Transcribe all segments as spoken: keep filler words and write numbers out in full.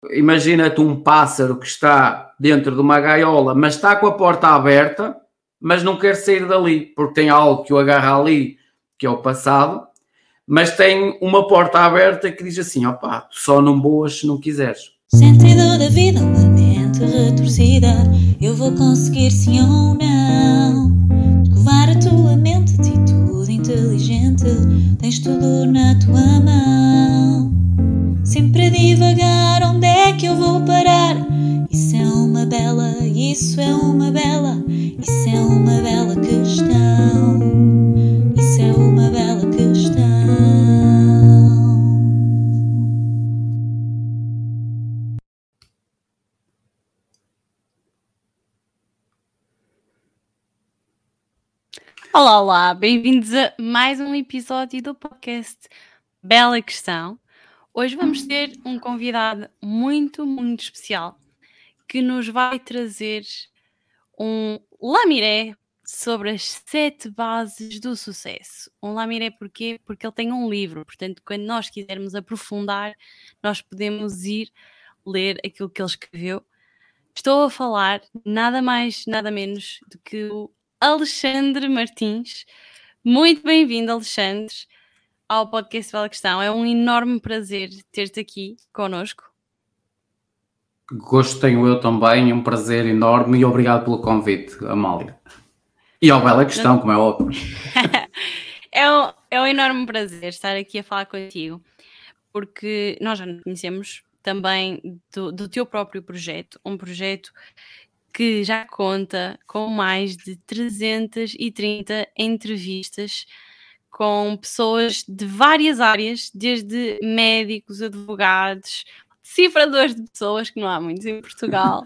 imagina-te um pássaro que está dentro de uma gaiola, mas está com a porta aberta, mas não quer sair dali, porque tem algo que o agarra ali, que é o passado, mas tem uma porta aberta que diz assim, opá, só não voas se não quiseres. Sentido da vida, uma mente retorcida, eu vou conseguir sim ou não. Descovar a tua mente, atitude inteligente, tens tudo na tua mão. Sempre a divagar, onde é que eu vou parar? Isso é uma bela, isso é uma bela, isso é uma bela questão. Isso é uma bela questão. Olá, olá, bem-vindos a mais um episódio do podcast Bela Questão. Hoje vamos ter um convidado muito, muito especial que nos vai trazer um lamiré sobre as sete bases do sucesso. Um lamiré porquê? Porque ele tem um livro, portanto, quando nós quisermos aprofundar, nós podemos ir ler aquilo que ele escreveu. Estou a falar nada mais, nada menos do que o Alexandre Martins. Muito bem-vindo, Alexandre, ao podcast Bela Questão. É um enorme prazer ter-te aqui connosco. Gosto tenho eu também, um prazer enorme e obrigado pelo convite, Amália. E ao Bela Questão, Não... como é óbvio. é, um, é um enorme prazer estar aqui a falar contigo, porque nós já nos conhecemos também do, do teu próprio projeto, um projeto que já conta com mais de trezentas e trinta entrevistas com pessoas de várias áreas, desde médicos, advogados, cifradores de pessoas, que não há muitos em Portugal,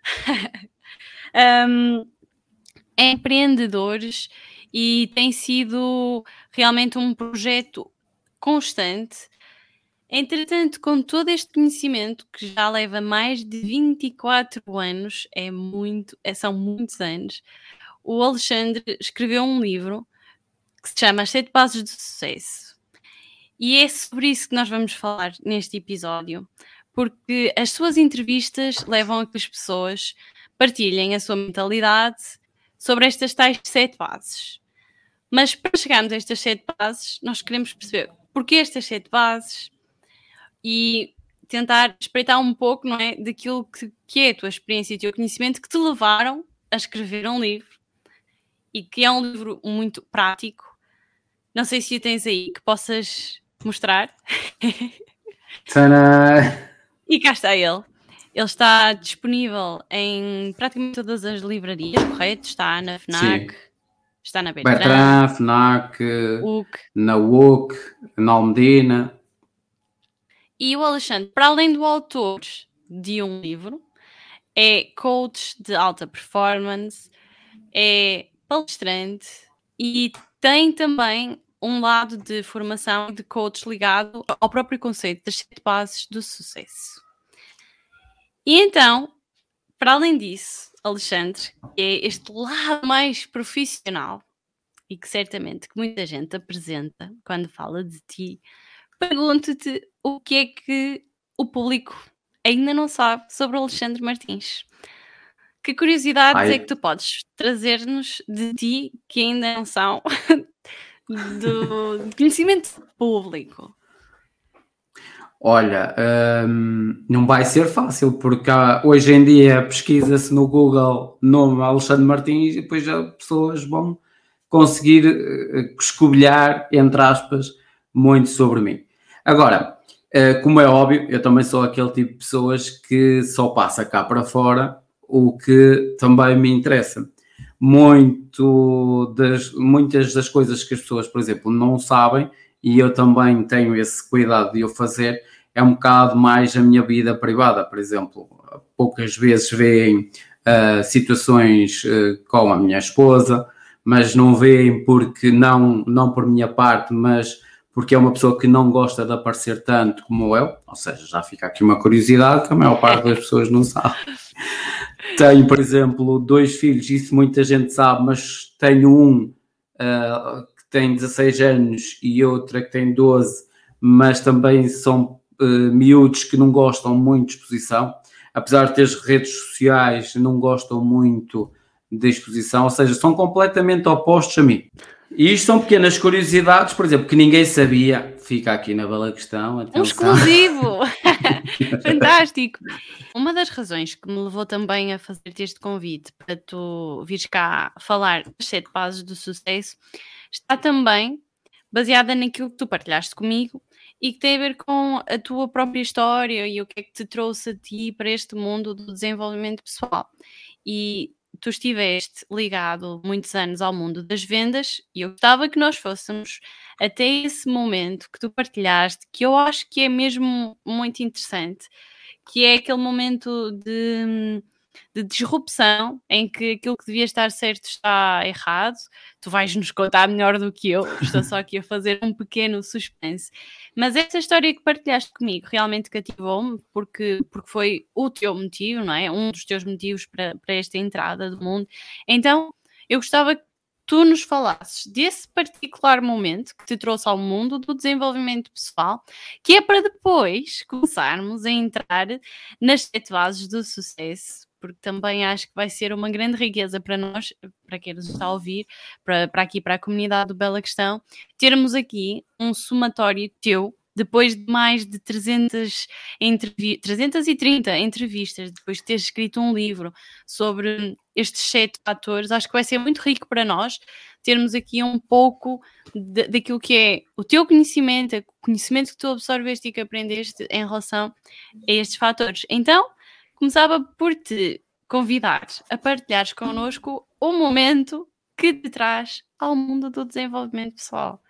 um, empreendedores, e tem sido realmente um projeto constante. Entretanto, com todo este conhecimento, que já leva mais de vinte e quatro anos, é muito, é, são muitos anos, o Alexandre escreveu um livro que se chama As Sete Bases do Sucesso. E é sobre isso que nós vamos falar neste episódio, porque as suas entrevistas levam a que as pessoas partilhem a sua mentalidade sobre estas tais sete bases. Mas para chegarmos a estas sete bases, nós queremos perceber porquê estas sete bases, e tentar espreitar um pouco, não é, daquilo que, que é a tua experiência e o teu conhecimento que te levaram a escrever um livro, e que é um livro muito prático. Não sei se o tens aí, que possas mostrar. Tcharam! E cá está ele. Ele está disponível em praticamente todas as livrarias, correto? Está na FNAC, sim, está na Bertrand, Bertrand, FNAC, U C. Na U C, na Almedina. E o Alexandre, para além do autor de um livro, é coach de alta performance, é palestrante e tem também um lado de formação de coach ligado ao próprio conceito das sete bases do sucesso. E então, para além disso, Alexandre, é este lado mais profissional e que certamente que muita gente apresenta quando fala de ti. Pergunto-te o que é que o público ainda não sabe sobre o Alexandre Martins. Que curiosidades Ai. é que tu podes trazer-nos de ti que ainda não são do conhecimento público? Olha, hum, não vai ser fácil, porque há, hoje em dia pesquisa-se no Google nome Alexandre Martins e depois as pessoas vão conseguir uh, escobilhar, entre aspas, muito sobre mim. Agora, uh, como é óbvio, eu também sou aquele tipo de pessoas que só passa cá para fora o que também me interessa. Muito das, muitas das coisas que as pessoas, por exemplo, não sabem, e eu também tenho esse cuidado de o fazer, é um bocado mais a minha vida privada. Por exemplo, poucas vezes veem uh, situações uh, com a minha esposa, mas não veem porque não, não por minha parte, mas porque é uma pessoa que não gosta de aparecer tanto como eu, ou seja, já fica aqui uma curiosidade que a maior parte das pessoas não sabe. Tenho, por exemplo, dois filhos, isso muita gente sabe, mas tenho um uh, que tem dezasseis anos e outra que tem doze, mas também são uh, miúdos que não gostam muito de exposição, apesar de ter redes sociais, não gostam muito de exposição, ou seja, são completamente opostos a mim. E isto são pequenas curiosidades, por exemplo, que ninguém sabia, fica aqui na bela questão. Atenção. Um exclusivo! Fantástico! Uma das razões que me levou também a fazer-te este convite para tu vires cá falar das sete bases do sucesso está também baseada naquilo que tu partilhaste comigo e que tem a ver com a tua própria história e o que é que te trouxe a ti para este mundo do desenvolvimento pessoal. E tu estiveste ligado muitos anos ao mundo das vendas e eu gostava que nós fôssemos até esse momento que tu partilhaste, que eu acho que é mesmo muito interessante, que é aquele momento de, de disrupção em que aquilo que devia estar certo está errado. Tu vais-nos contar melhor do que eu, estou só aqui a fazer um pequeno suspense. Mas essa história que partilhaste comigo realmente cativou-me, porque, porque foi o teu motivo, não é? Um dos teus motivos para, para esta entrada do mundo. Então, eu gostava que tu nos falasses desse particular momento que te trouxe ao mundo do desenvolvimento pessoal, que é para depois começarmos a entrar nas sete bases do sucesso, porque também acho que vai ser uma grande riqueza para nós, para quem nos está a ouvir, para, para aqui, para a comunidade do Bela Questão, termos aqui um somatório teu, depois de mais de trezentas entrevi- trezentas e trinta entrevistas, depois de teres escrito um livro sobre estes sete fatores, acho que vai ser muito rico para nós termos aqui um pouco de, daquilo que é o teu conhecimento, o conhecimento que tu absorveste e que aprendeste em relação a estes fatores. Então, começava por te convidar a partilhares connosco o momento que te traz ao mundo do desenvolvimento pessoal.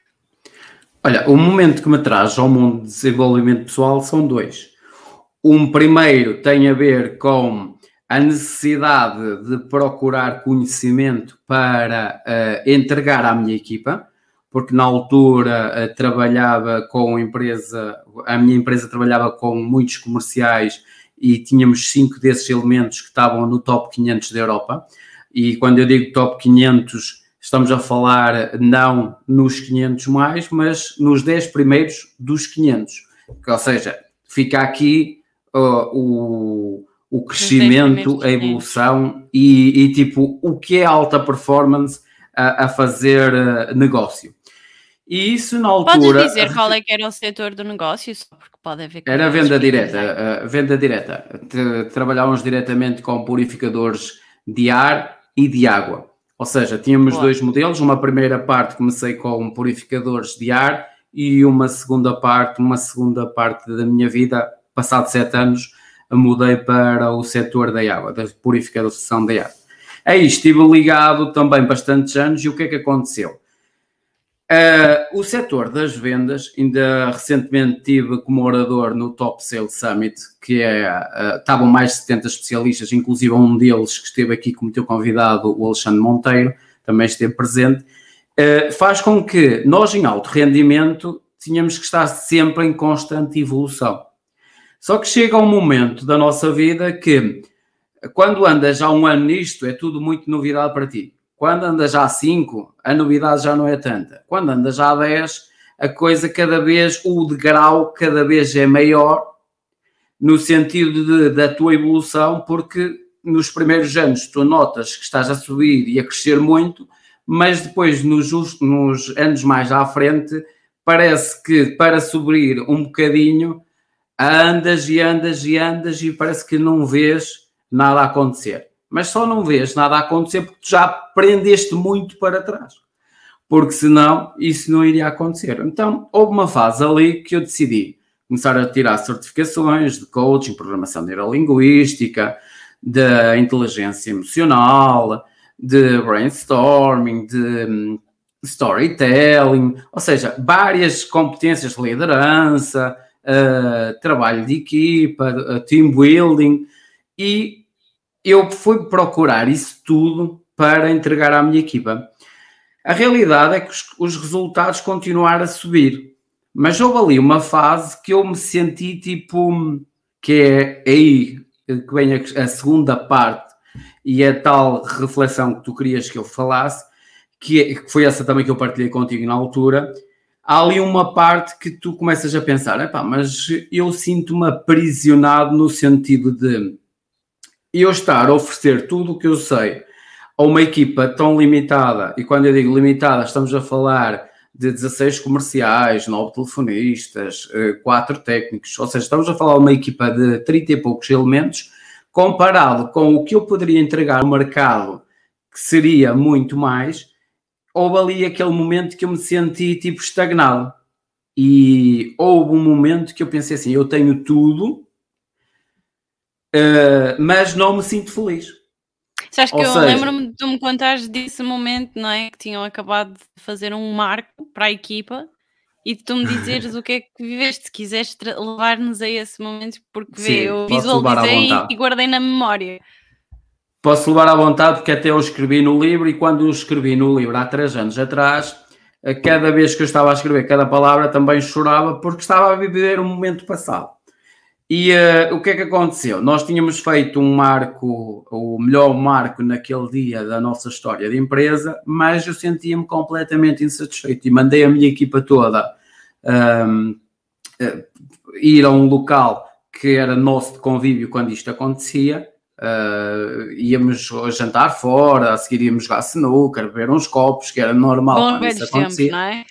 Olha, o momento que me traz ao mundo de desenvolvimento pessoal são dois. Um primeiro tem a ver com a necessidade de procurar conhecimento para uh, entregar à minha equipa, porque na altura uh, trabalhava com empresa, a minha empresa trabalhava com muitos comerciais e tínhamos cinco desses elementos que estavam no top quinhentos da Europa. E quando eu digo top quinhentos, estamos a falar não nos quinhentos mais, mas nos dez primeiros dos quinhentos. Ou seja, fica aqui uh, o, o crescimento, a evolução e, e tipo o que é alta performance a, a fazer uh, negócio. E isso na altura... Podes dizer qual é que era o setor do negócio? Só porque pode haver... Era venda direta. Uh, venda direta. Trabalhávamos diretamente com purificadores de ar e de água. Ou seja, tínhamos Boa. dois modelos. Uma primeira parte comecei com purificadores de ar e uma segunda parte, uma segunda parte da minha vida, passado sete anos, mudei para o setor da água, da purificação da água. Aí estive ligado também bastantes anos e o que é que aconteceu? Uh, o setor das vendas, ainda recentemente tive como orador no Top Sales Summit, que é, uh, estavam mais de setenta especialistas, inclusive um deles que esteve aqui como teu convidado, o Alexandre Monteiro, também esteve presente, uh, faz com que nós em alto rendimento tínhamos que estar sempre em constante evolução. Só que chega um momento da nossa vida que, quando andas há um ano nisto, é tudo muito novidade para ti. Quando andas já há cinco, a novidade já não é tanta. Quando andas já há dez, a coisa cada vez, o degrau cada vez é maior no sentido de, da tua evolução, porque nos primeiros anos tu notas que estás a subir e a crescer muito, mas depois nos, nos anos mais à frente parece que para subir um bocadinho andas e andas e andas e parece que não vês nada a acontecer. Mas só não vês nada a acontecer porque tu já aprendeste muito para trás. Porque senão isso não iria acontecer. Então houve uma fase ali que eu decidi começar a tirar certificações de coaching, programação neurolinguística, de inteligência emocional, de brainstorming, de storytelling, ou seja, várias competências de liderança, uh, trabalho de equipa, uh, team building, e eu fui procurar isso tudo para entregar à minha equipa. A realidade é que os, os resultados continuaram a subir, mas houve ali uma fase que eu me senti tipo, que é aí que vem a, a segunda parte e a tal reflexão que tu querias que eu falasse, que, é, que foi essa também que eu partilhei contigo na altura, há ali uma parte que tu começas a pensar, epá, mas eu sinto-me aprisionado no sentido de eu estar a oferecer tudo o que eu sei a uma equipa tão limitada, e quando eu digo limitada, estamos a falar de dezasseis comerciais, nove telefonistas, quatro técnicos, ou seja, estamos a falar de uma equipa de trinta e poucos elementos, comparado com o que eu poderia entregar ao mercado, que seria muito mais. Houve ali aquele momento que eu me senti tipo estagnado, e houve um momento que eu pensei assim, eu tenho tudo, uh, mas não me sinto feliz. Sabes que Ou eu seja, lembro-me de tu me contares desse momento, não é? Que tinham acabado de fazer um marco para a equipa e de tu me dizeres o que é que viveste, se quiseres levar-nos a esse momento, porque sim, vê, eu visualizei e guardei na memória. Posso levar à vontade, porque até eu escrevi no livro, e quando eu escrevi no livro há três anos atrás, cada vez que eu estava a escrever cada palavra também chorava, porque estava a viver um momento passado. E uh, o que é que aconteceu? Nós tínhamos feito um marco, o melhor marco naquele dia da nossa história de empresa, mas eu sentia-me completamente insatisfeito e mandei a minha equipa toda um, uh, ir a um local que era nosso de convívio quando isto acontecia. Uh, íamos jantar fora, a seguir íamos jogar snooker, beber uns copos, que era normal Bom, quando isso acontecia. Tempos,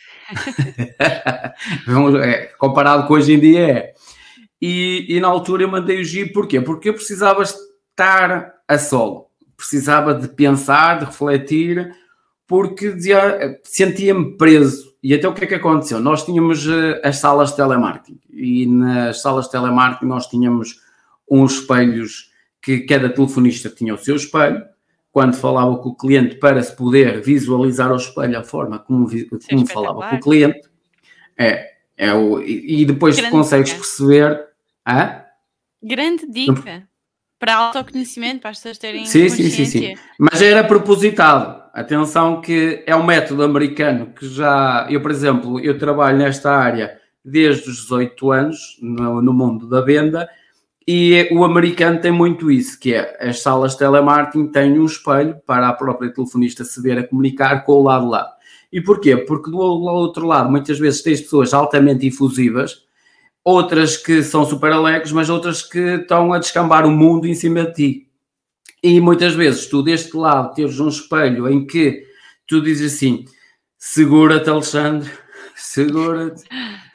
não é? É, comparado com hoje em dia é. E, e na altura eu mandei o G, porquê? Porque eu precisava estar a solo, precisava de pensar, de refletir, porque sentia-me preso. E até o que é que aconteceu? Nós tínhamos uh, as salas de telemarketing, e nas salas de telemarketing nós tínhamos uns espelhos que cada telefonista tinha o seu espelho, quando falava com o cliente, para se poder visualizar ao espelho a forma como, como falava com o cliente. É, é o, e, e depois tu consegues dica. perceber... Hã? Grande dica para autoconhecimento, para as pessoas terem sim, consciência. Sim, sim, sim. Mas era propositado. Atenção que é um método americano que já... Eu, por exemplo, eu trabalho nesta área desde os dezoito anos, no, no mundo da venda, e o americano tem muito isso, que é as salas de telemarketing têm um espelho para a própria telefonista se ver a comunicar com o lado lá. E porquê? Porque do outro lado muitas vezes tens pessoas altamente efusivas, outras que são super alegres, mas outras que estão a descambar o mundo em cima de ti. E muitas vezes tu deste lado teres um espelho em que tu dizes assim, segura-te Alexandre, segura-te.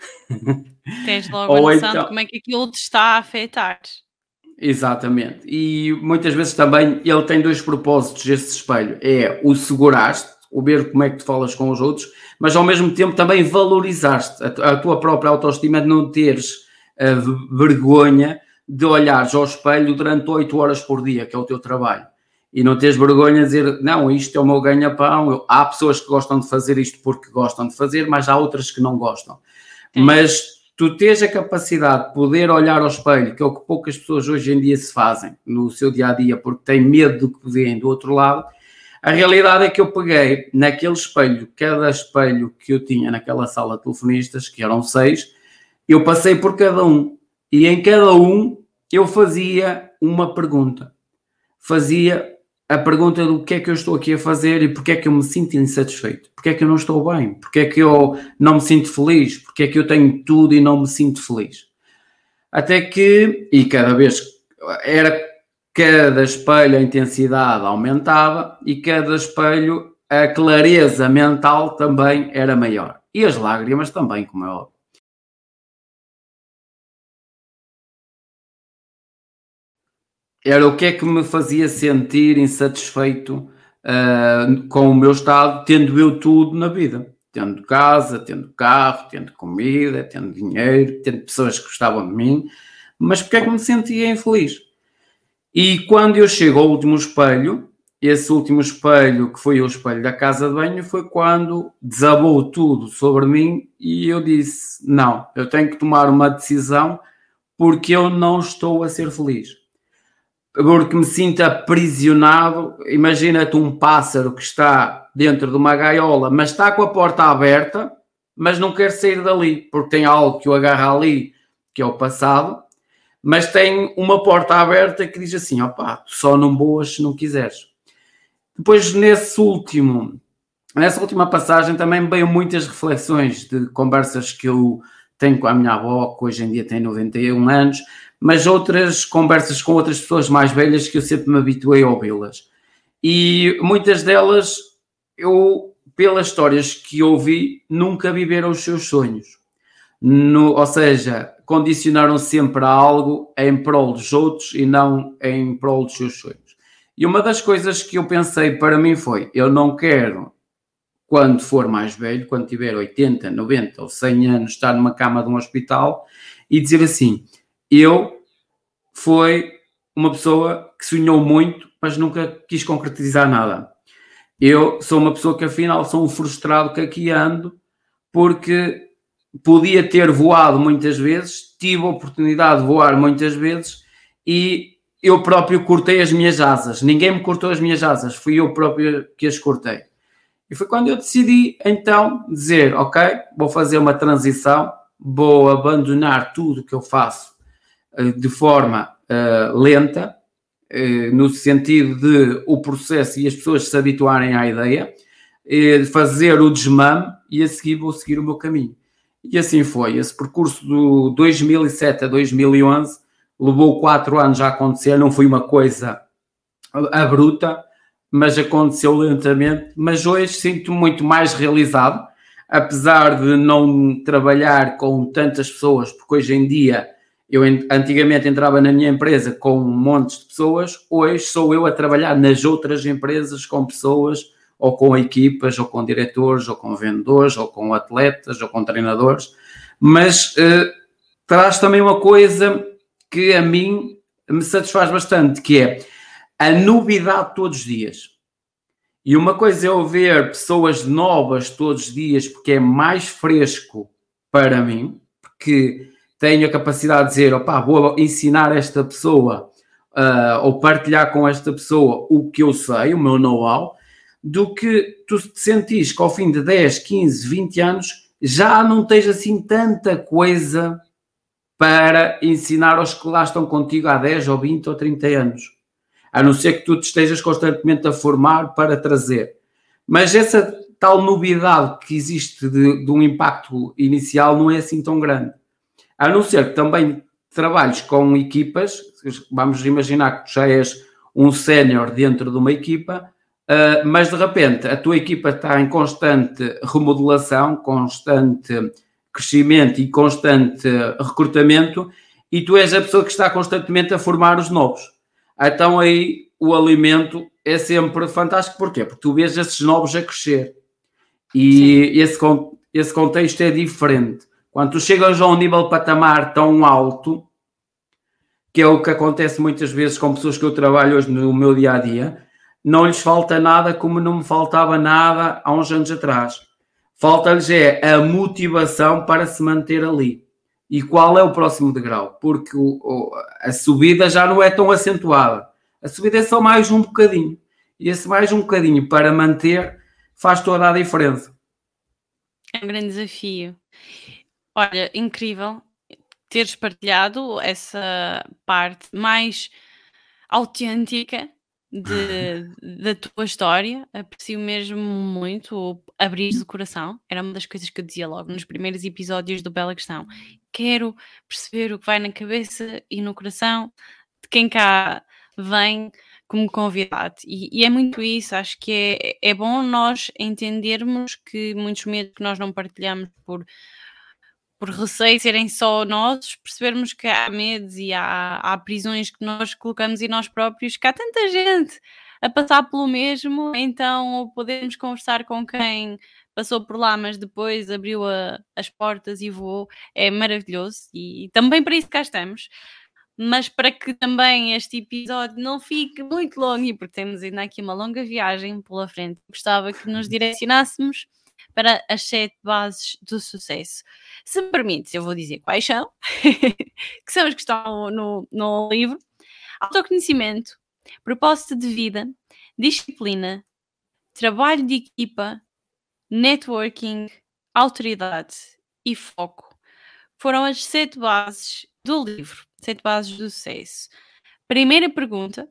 Tens logo a noção então, de como é que aquilo te está a afetar. Exatamente. E muitas vezes também ele tem dois propósitos, esse espelho. É o seguraste, o ver como é que tu falas com os outros, mas ao mesmo tempo também valorizaste a, a tua própria autoestima, de não teres uh, vergonha de olhares ao espelho durante oito horas por dia, que é o teu trabalho. E não teres vergonha de dizer, não, isto é o meu ganha-pão. Há pessoas que gostam de fazer isto porque gostam de fazer, mas há outras que não gostam. Sim. Mas tu tens a capacidade de poder olhar ao espelho, que é o que poucas pessoas hoje em dia se fazem no seu dia-a-dia, porque têm medo do que veem do outro lado. A realidade é que eu peguei naquele espelho, cada espelho que eu tinha naquela sala de telefonistas, que eram seis, eu passei por cada um. E em cada um eu fazia uma pergunta. Fazia a pergunta do que é que eu estou aqui a fazer e porque é que eu me sinto insatisfeito, porque é que eu não estou bem, porque é que eu não me sinto feliz, porque é que eu tenho tudo e não me sinto feliz. Até que, e cada vez, era cada espelho a intensidade aumentava e cada espelho a clareza mental também era maior. E as lágrimas também, como é óbvio. Era o que é que me fazia sentir insatisfeito uh, com o meu estado, tendo eu tudo na vida. Tendo casa, tendo carro, tendo comida, tendo dinheiro, tendo pessoas que gostavam de mim. Mas porque é que me sentia infeliz? E quando eu chego ao último espelho, esse último espelho, que foi o espelho da casa de banho, foi quando desabou tudo sobre mim e eu disse, não, eu tenho que tomar uma decisão porque eu não estou a ser feliz. Porque me sinto aprisionado. Imagina-te um pássaro que está dentro de uma gaiola, mas está com a porta aberta, mas não quer sair dali, porque tem algo que o agarra ali, que é o passado, mas tem uma porta aberta que diz assim, opá, só não voas se não quiseres. Depois, nesse último, nessa última passagem também veio muitas reflexões de conversas que eu tenho com a minha avó, que hoje em dia tem noventa e um anos, mas outras conversas com outras pessoas mais velhas que eu sempre me habituei a ouvi-las. E muitas delas, eu, pelas histórias que ouvi, nunca viveram os seus sonhos. No, ou seja, condicionaram sempre a algo em prol dos outros e não em prol dos seus sonhos. E uma das coisas que eu pensei para mim foi, eu não quero, quando for mais velho, quando tiver oitenta, noventa ou cem anos, estar numa cama de um hospital e dizer assim, eu fui uma pessoa que sonhou muito, mas nunca quis concretizar nada. Eu sou uma pessoa que afinal sou um frustrado que aqui ando, porque podia ter voado muitas vezes, tive a oportunidade de voar muitas vezes e eu próprio cortei as minhas asas. Ninguém me cortou as minhas asas, fui eu próprio que as cortei. E foi quando eu decidi, então, dizer, ok, vou fazer uma transição, vou abandonar tudo que eu faço de forma uh, lenta, uh, no sentido de o processo e as pessoas se habituarem à ideia, uh, fazer o desmame e a seguir vou seguir o meu caminho. E assim foi. Esse percurso do dois mil e sete a dois mil e onze levou quatro anos a acontecer, não foi uma coisa abrupta, mas aconteceu lentamente. Mas hoje sinto-me muito mais realizado, apesar de não trabalhar com tantas pessoas, porque hoje em dia, eu antigamente entrava na minha empresa com montes de pessoas, hoje sou eu a trabalhar nas outras empresas com pessoas, ou com equipas, ou com diretores, ou com vendedores, ou com atletas, ou com treinadores, mas eh, traz também uma coisa que a mim me satisfaz bastante, que é a novidade todos os dias. E uma coisa é eu ver pessoas novas todos os dias, porque é mais fresco para mim, porque tenho a capacidade de dizer, opá, vou ensinar esta pessoa, uh, ou partilhar com esta pessoa o que eu sei, o meu know-how, do que tu te sentires que ao fim de dez, quinze, vinte anos já não tens assim tanta coisa para ensinar aos que lá estão contigo há dez ou vinte ou trinta anos. A não ser que tu te estejas constantemente a formar para trazer. Mas essa tal novidade que existe de, de um impacto inicial não é assim tão grande. A não ser que também trabalhes com equipas, vamos imaginar que já és um sénior dentro de uma equipa, Uh, mas de repente a tua equipa está em constante remodelação, constante crescimento e constante recrutamento e tu és a pessoa que está constantemente a formar os novos. Então aí o alimento é sempre fantástico. Porquê? Porque tu vês esses novos a crescer e esse, esse contexto é diferente. Quando tu chegas a um nível de patamar tão alto, que é o que acontece muitas vezes com pessoas que eu trabalho hoje no meu dia-a-dia, não lhes falta nada como não me faltava nada há uns anos atrás. Falta-lhes é a motivação para se manter ali. E qual é o próximo degrau? Porque o, o, a subida já não é tão acentuada. A subida é só mais um bocadinho. E esse mais um bocadinho para manter faz toda a diferença. É um grande desafio. Olha, incrível teres partilhado essa parte mais autêntica De, da tua história. Aprecio mesmo muito abrir o coração. Era uma das coisas que eu dizia logo nos primeiros episódios do Bela Questão. Quero perceber o que vai na cabeça e no coração de quem cá vem como convidado. E, e é muito isso. Acho que é, é bom nós entendermos que muitos medos que nós não partilhamos por por receio de serem só nós, percebermos que há medos e há, há prisões que nós colocamos em nós próprios, que há tanta gente a passar pelo mesmo, então podemos conversar com quem passou por lá, mas depois abriu a, as portas e voou, é maravilhoso e também para isso cá estamos. Mas para que também este episódio não fique muito longo, e porque temos ainda aqui uma longa viagem pela frente, gostava que nos direcionássemos para as sete bases do sucesso. Se me permites, eu vou dizer quais são, que são as que estão no, no livro: autoconhecimento, propósito de vida, disciplina, trabalho de equipa, networking, autoridade e foco. Foram as sete bases do livro, sete bases do sucesso. Primeira pergunta: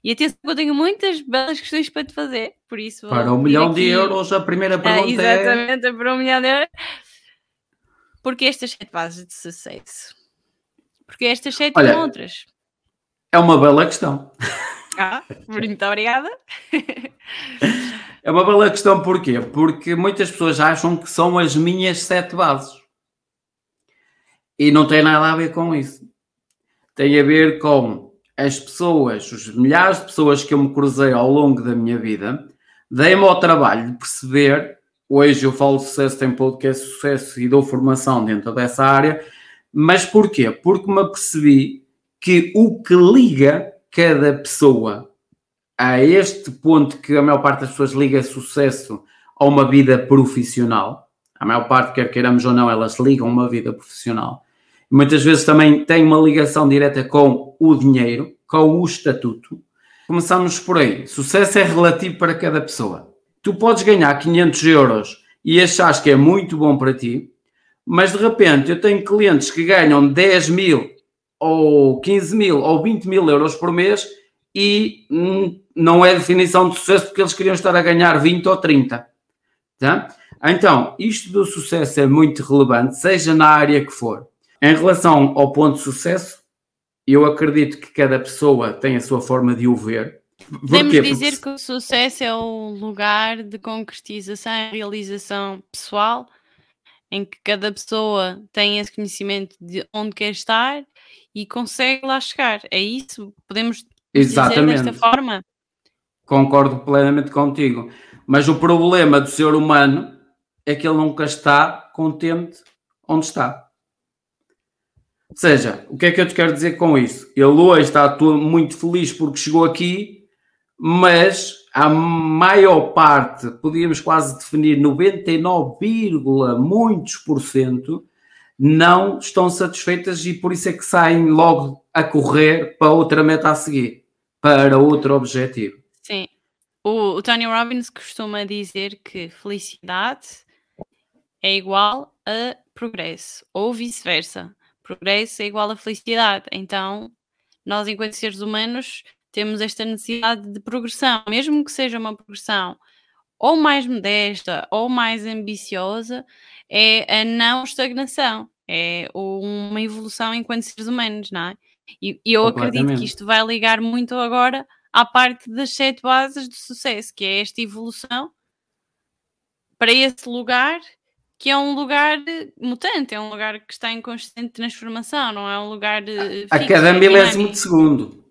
E atenção, eu tenho muitas belas questões para te fazer, por isso... Para um milhão aqui... de euros, a primeira pergunta ah, exatamente, é... para um milhão de euros. Porque estas sete bases de sucesso? Porque estas sete Olha, com outras? É uma bela questão. Ah, muito obrigada. É uma bela questão porquê? Porque muitas pessoas acham que são as minhas sete bases. E não tem nada a ver com isso. Tem a ver com as pessoas, os milhares de pessoas que eu me cruzei ao longo da minha vida, dei-me ao trabalho de perceber, hoje eu falo de sucesso, tenho podcast de sucesso e dou formação dentro dessa área, mas porquê? Porque me apercebi que o que liga cada pessoa a este ponto que a maior parte das pessoas liga sucesso a uma vida profissional, a maior parte, quer queiramos ou não, elas ligam uma vida profissional, muitas vezes também tem uma ligação direta com o dinheiro, com o estatuto. Começamos por aí. Sucesso é relativo para cada pessoa. Tu podes ganhar quinhentos euros e achares que é muito bom para ti, mas de repente eu tenho clientes que ganham dez mil ou quinze mil ou vinte mil euros por mês e hum, não é definição de sucesso porque eles queriam estar a ganhar vinte ou trinta. Tá? Então, isto do sucesso é muito relevante, seja na área que for. Em relação ao ponto de sucesso, eu acredito que cada pessoa tem a sua forma de o ver. Podemos dizer Porque... que o sucesso é o lugar de concretização e realização pessoal, em que cada pessoa tem esse conhecimento de onde quer estar e consegue lá chegar. É isso? Podemos Exatamente. dizer desta forma? Concordo plenamente contigo. Mas o problema do ser humano é que ele nunca está contente onde está. Ou seja, o que é que eu te quero dizer com isso? Ele hoje está muito feliz porque chegou aqui, mas a maior parte, podíamos quase definir noventa e nove, muitos por cento, não estão satisfeitas e por isso é que saem logo a correr para outra meta a seguir, para outro objetivo. Sim. O, o Tony Robbins costuma dizer que felicidade é igual a progresso, ou vice-versa. Progresso é igual a felicidade. Então, nós, enquanto seres humanos, temos esta necessidade de progressão, mesmo que seja uma progressão ou mais modesta ou mais ambiciosa, é a não estagnação, é uma evolução enquanto seres humanos, não é? E, e eu acredito que isto vai ligar muito agora à parte das sete bases do sucesso, que é esta evolução para esse lugar que é um lugar mutante, é um lugar que está em constante transformação, não é um lugar fixo, a cada milésimo de segundo.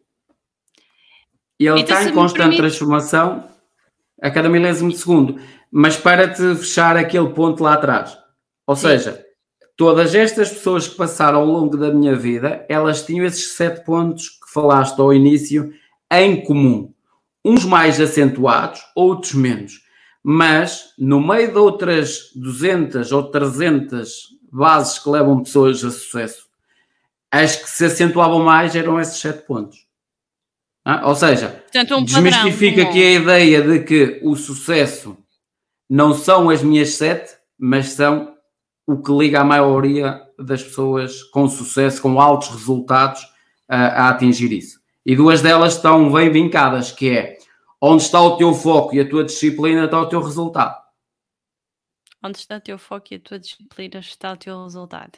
E ele então, está em constante permite... transformação a cada milésimo de segundo. Mas para te fechar aquele ponto lá atrás. Ou Sim. seja, todas estas pessoas que passaram ao longo da minha vida, elas tinham esses sete pontos que falaste ao início em comum. Uns mais acentuados, outros menos. Mas, no meio de outras duzentas ou trezentas bases que levam pessoas a sucesso, as que se acentuavam mais eram esses sete pontos. Ah, ou seja, Portanto, um desmistifica aqui a ideia de que o sucesso não são as minhas sete, mas são o que liga a maioria das pessoas com sucesso, com altos resultados, a, a atingir isso. E duas delas estão bem vincadas, que é onde está o teu foco e a tua disciplina está o teu resultado. Onde está o teu foco e a tua disciplina está o teu resultado.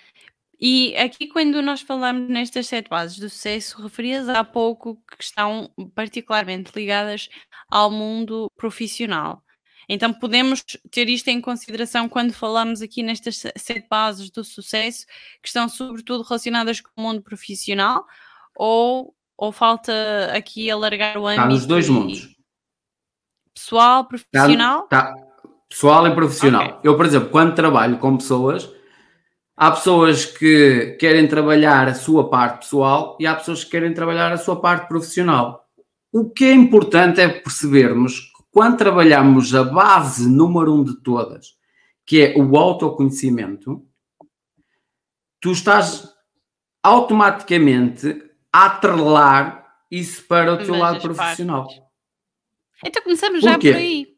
E aqui, quando nós falamos nestas sete bases do sucesso, referias há pouco que estão particularmente ligadas ao mundo profissional. Então, podemos ter isto em consideração quando falamos aqui nestas sete bases do sucesso, que estão sobretudo relacionadas com o mundo profissional, ou, ou falta aqui alargar o âmbito? Está nos dois mundos. Pessoal, profissional? Está, está. Pessoal e profissional. Okay. Eu, por exemplo, quando trabalho com pessoas, há pessoas que querem trabalhar a sua parte pessoal e há pessoas que querem trabalhar a sua parte profissional. O que é importante é percebermos que quando trabalhamos a base número um de todas, que é o autoconhecimento, tu estás automaticamente a atrelar isso para o teu Mas lado profissional. Partes. Então começamos já por aí.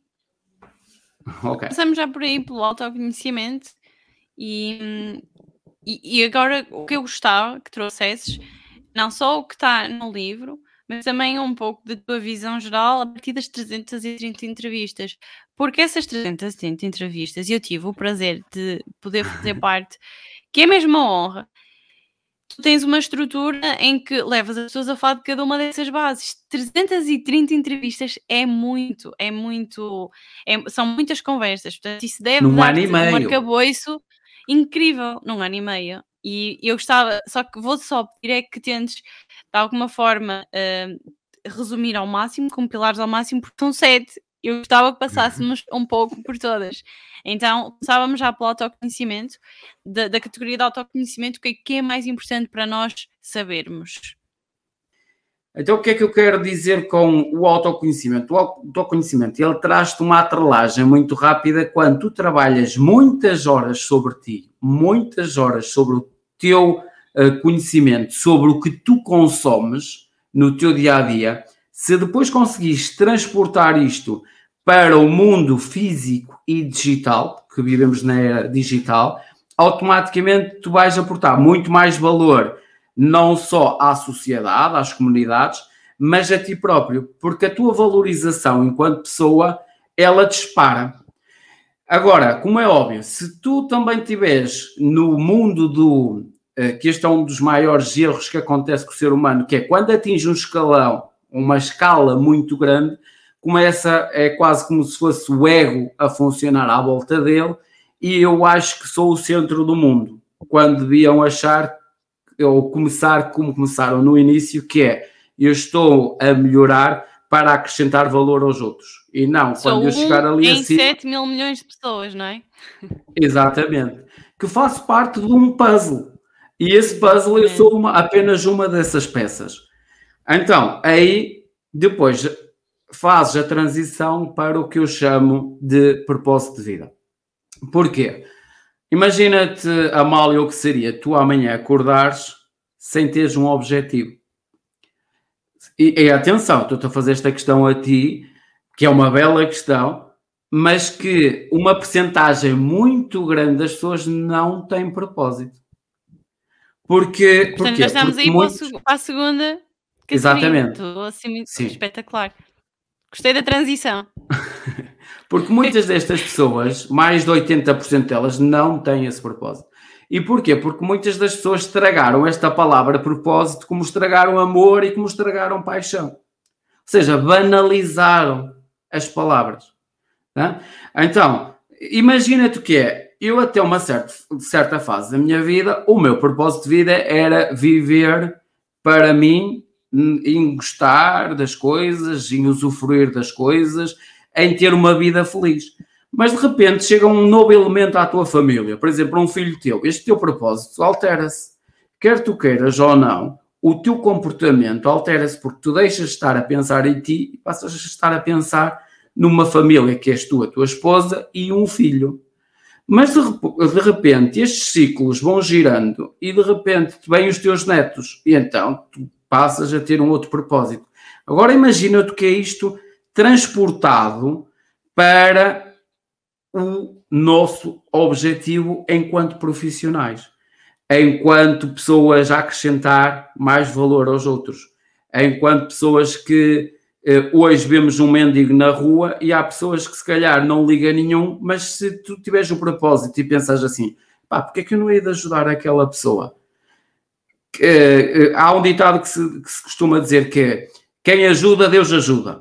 Okay. Começamos já por aí, pelo autoconhecimento. E, e, e agora o que eu gostava que trouxesses, não só o que está no livro, mas também um pouco da tua visão geral a partir das trezentas e trinta entrevistas. Porque essas trezentas e trinta entrevistas, eu tive o prazer de poder fazer parte, que é mesmo uma honra. Tu tens uma estrutura em que levas as pessoas a falar de cada uma dessas bases. trezentas e trinta entrevistas é muito, é muito, é- são muitas conversas. Portanto, isso deve Num ano dar-te e um meio. arcabouço incrível num ano e meio. E eu gostava, só que vou só pedir é que tentes, de alguma forma, ah, resumir ao máximo, compilares ao máximo, porque são sete. Eu gostava que passássemos um pouco por todas. Então, começávamos já pelo autoconhecimento, da, da categoria de autoconhecimento, o que é, que é mais importante para nós sabermos. Então, o que é que eu quero dizer com o autoconhecimento? O autoconhecimento, ele traz-te uma atrelagem muito rápida quando tu trabalhas muitas horas sobre ti, muitas horas sobre o teu uh, conhecimento, sobre o que tu consomes no teu dia-a-dia. Se depois conseguires transportar isto para o mundo físico e digital, que vivemos na era digital, automaticamente tu vais aportar muito mais valor, não só à sociedade, às comunidades, mas a ti próprio, porque a tua valorização enquanto pessoa, ela dispara. Agora, como é óbvio, se tu também estiveres no mundo do... que este é um dos maiores erros que acontece com o ser humano, que é quando atinge um escalão, uma escala muito grande, começa, é quase como se fosse o ego a funcionar à volta dele, e eu acho que sou o centro do mundo, quando deviam achar, ou começar como começaram no início, que é, eu estou a melhorar para acrescentar valor aos outros, e não, Sou quando eu chegar um ali em acima... sete mil milhões de pessoas, não é? Exatamente. Que faço parte de um puzzle, e esse puzzle eu sou uma, apenas uma dessas peças. Então, aí, depois, fazes a transição para o que eu chamo de propósito de vida. Porquê? Imagina-te, Amália, o que seria tu amanhã acordares sem teres um objetivo. E, e atenção, estou-te a fazer esta questão a ti, que é uma bela questão, mas que uma percentagem muito grande das pessoas não tem propósito. Porque, Portanto, porquê? já estamos Porque aí muitos... para a segunda categoria. Exatamente. Estou assim muito Sim. espetacular. Gostei da transição. Porque muitas destas pessoas, mais de oitenta por cento delas, não têm esse propósito. E porquê? Porque muitas das pessoas estragaram esta palavra propósito como estragaram amor e como estragaram paixão. Ou seja, banalizaram as palavras. Tá? Então, imagina-te o que é. Eu até uma certa, certa fase da minha vida, o meu propósito de vida era viver para mim, em gostar das coisas, em usufruir das coisas, em ter uma vida feliz. Mas de repente chega um novo elemento à tua família, por exemplo, um filho teu. Este teu propósito altera-se. Quer tu queiras ou não, o teu comportamento altera-se porque tu deixas de estar a pensar em ti e passas a estar a pensar numa família que és tu, a tua esposa e um filho. Mas de, de repente estes ciclos vão girando e de repente vêm os teus netos e então tu passas a ter um outro propósito. Agora imagina-te que é isto transportado para o nosso objetivo enquanto profissionais, enquanto pessoas a acrescentar mais valor aos outros, enquanto pessoas que eh, hoje vemos um mendigo na rua e há pessoas que se calhar não ligam nenhum, mas se tu tiveres o propósito e pensas assim, pá, porque é que eu não hei de ajudar aquela pessoa? Eh, eh, há um ditado que se, que se costuma dizer que é, quem ajuda, Deus ajuda.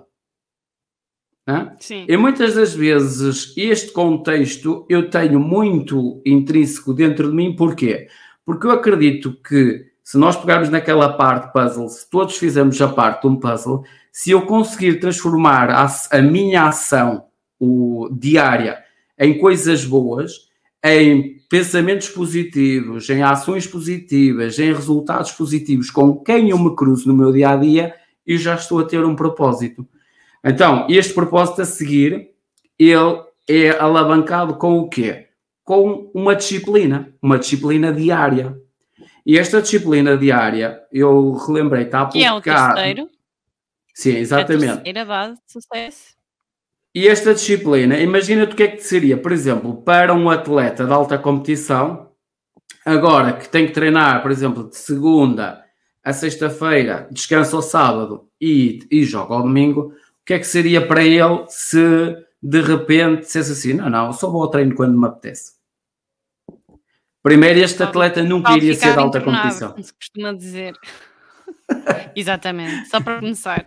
Sim. E muitas das vezes este contexto eu tenho muito intrínseco dentro de mim, porquê? Porque eu acredito que se nós pegarmos naquela parte puzzle, se todos fizermos a parte de um puzzle, se eu conseguir transformar a, a minha ação o, diária em coisas boas, em pensamentos positivos, em ações positivas, em resultados positivos com quem eu me cruzo no meu dia-a-dia, eu já estou a ter um propósito. Então, este propósito a seguir, ele é alavancado com o quê? Com uma disciplina, uma disciplina diária. E esta disciplina diária, eu relembrei-te há pouco... Que é o terceiro. Sim, exatamente. A terceira base de sucesso. E esta disciplina, imagina-te o que é que seria, por exemplo, para um atleta de alta competição, agora que tem que treinar, por exemplo, de segunda a sexta-feira, descansa ao sábado e, e joga ao domingo, o que é que seria para ele se de repente dissesse assim, não, não, só vou ao treino quando me apetece? Primeiro, este atleta nunca iria ser de alta competição. Como se costuma dizer. Exatamente, só para começar.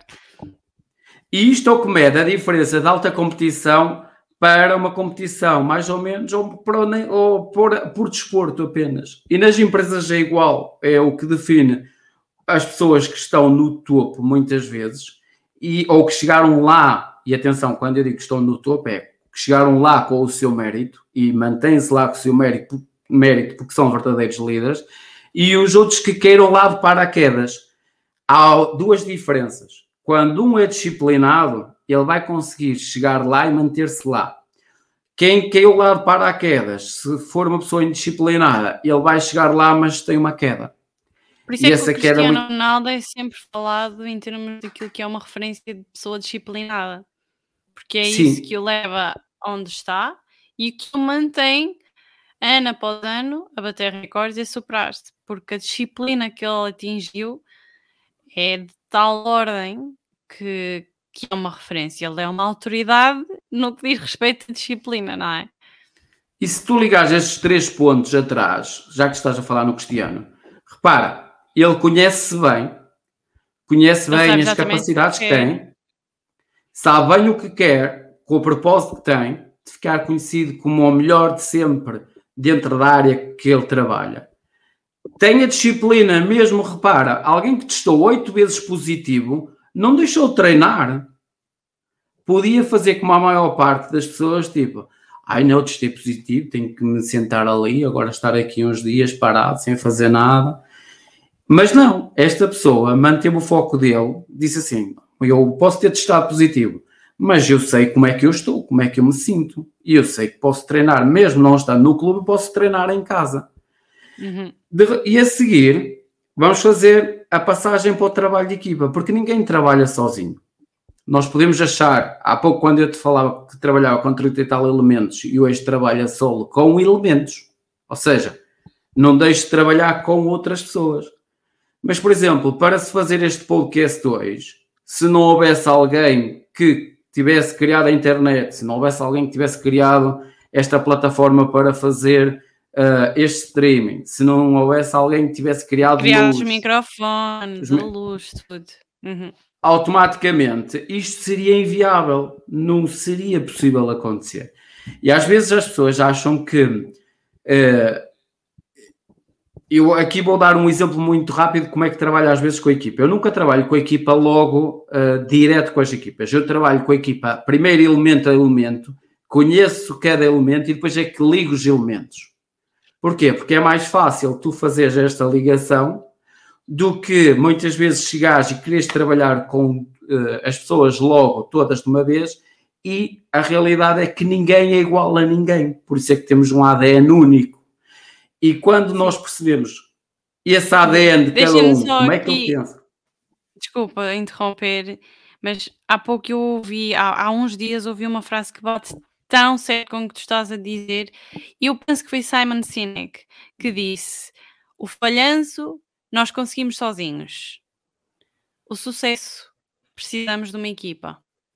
E isto é o que mede a diferença da alta competição para uma competição, mais ou menos, ou por, ou por, por desporto apenas. E nas empresas é igual, é o que define as pessoas que estão no topo, muitas vezes, e, ou que chegaram lá, e atenção, quando eu digo que estão no topo, é que chegaram lá com o seu mérito, e mantêm-se lá com o seu mérito, mérito porque são verdadeiros líderes, e os outros que queiram lá de paraquedas. Há duas diferenças. Quando um é disciplinado, ele vai conseguir chegar lá e manter-se lá. Quem caiu lá de paraquedas, se for uma pessoa indisciplinada, ele vai chegar lá, mas tem uma queda. Por isso e é que o Cristiano muito... Ronaldo é sempre falado em termos daquilo que é uma referência de pessoa disciplinada. Porque é Sim. isso que o leva onde está e que o mantém, ano após ano, a bater recordes e a superar-se. Porque a disciplina que ele atingiu é de tal ordem que, que é uma referência. Ele é uma autoridade no que diz respeito à disciplina, não é? E se tu ligares estes três pontos atrás, já que estás a falar no Cristiano, repara, ele conhece-se bem, conhece bem as capacidades que, que tem, sabe bem o que quer, com o propósito que tem, de ficar conhecido como o melhor de sempre dentro da área que ele trabalha. Tem a disciplina mesmo, repara, alguém que testou oito vezes positivo, não deixou de treinar. Podia fazer como a maior parte das pessoas, tipo, ai não, testei positivo, tenho que me sentar ali, agora estar aqui uns dias parado, sem fazer nada. Mas não, esta pessoa manteve o foco dele, disse assim, eu posso ter testado positivo, mas eu sei como é que eu estou, como é que eu me sinto, e eu sei que posso treinar, mesmo não estando no clube, posso treinar em casa. Uhum. De, e a seguir, vamos fazer a passagem para o trabalho de equipa, porque ninguém trabalha sozinho. Nós podemos achar, há pouco quando eu te falava que trabalhava com trinta e tal elementos e hoje trabalha solo com elementos, ou seja, não deixe de trabalhar com outras pessoas. Mas, por exemplo, para se fazer este podcast hoje, se não houvesse alguém que tivesse criado a internet, se não houvesse alguém que tivesse criado esta plataforma para fazer uh, este streaming, se não houvesse alguém que tivesse criado Criar luz, os microfones, os a luz, tudo. Uhum. Automaticamente isto seria inviável, não seria possível acontecer. E às vezes as pessoas acham que uh, eu aqui vou dar um exemplo muito rápido de como é que trabalho às vezes com a equipa. Eu nunca trabalho com a equipa logo uh, direto com as equipas. Eu trabalho com a equipa primeiro elemento a elemento, conheço cada elemento e depois é que ligo os elementos. Porquê? Porque é mais fácil tu fazeres esta ligação do que muitas vezes chegares e queres trabalhar com uh, as pessoas logo, todas de uma vez, e a realidade é que ninguém é igual a ninguém. Por isso é que temos um A D N único. E quando nós percebemos esse A D N de cada um, como é que ele pensa? Desculpa interromper, mas há pouco eu ouvi, há, há uns dias ouvi uma frase que bate tão certo com o que tu estás a dizer, e eu penso que foi Simon Sinek que disse: o falhanço nós conseguimos sozinhos, o sucesso precisamos de uma equipa.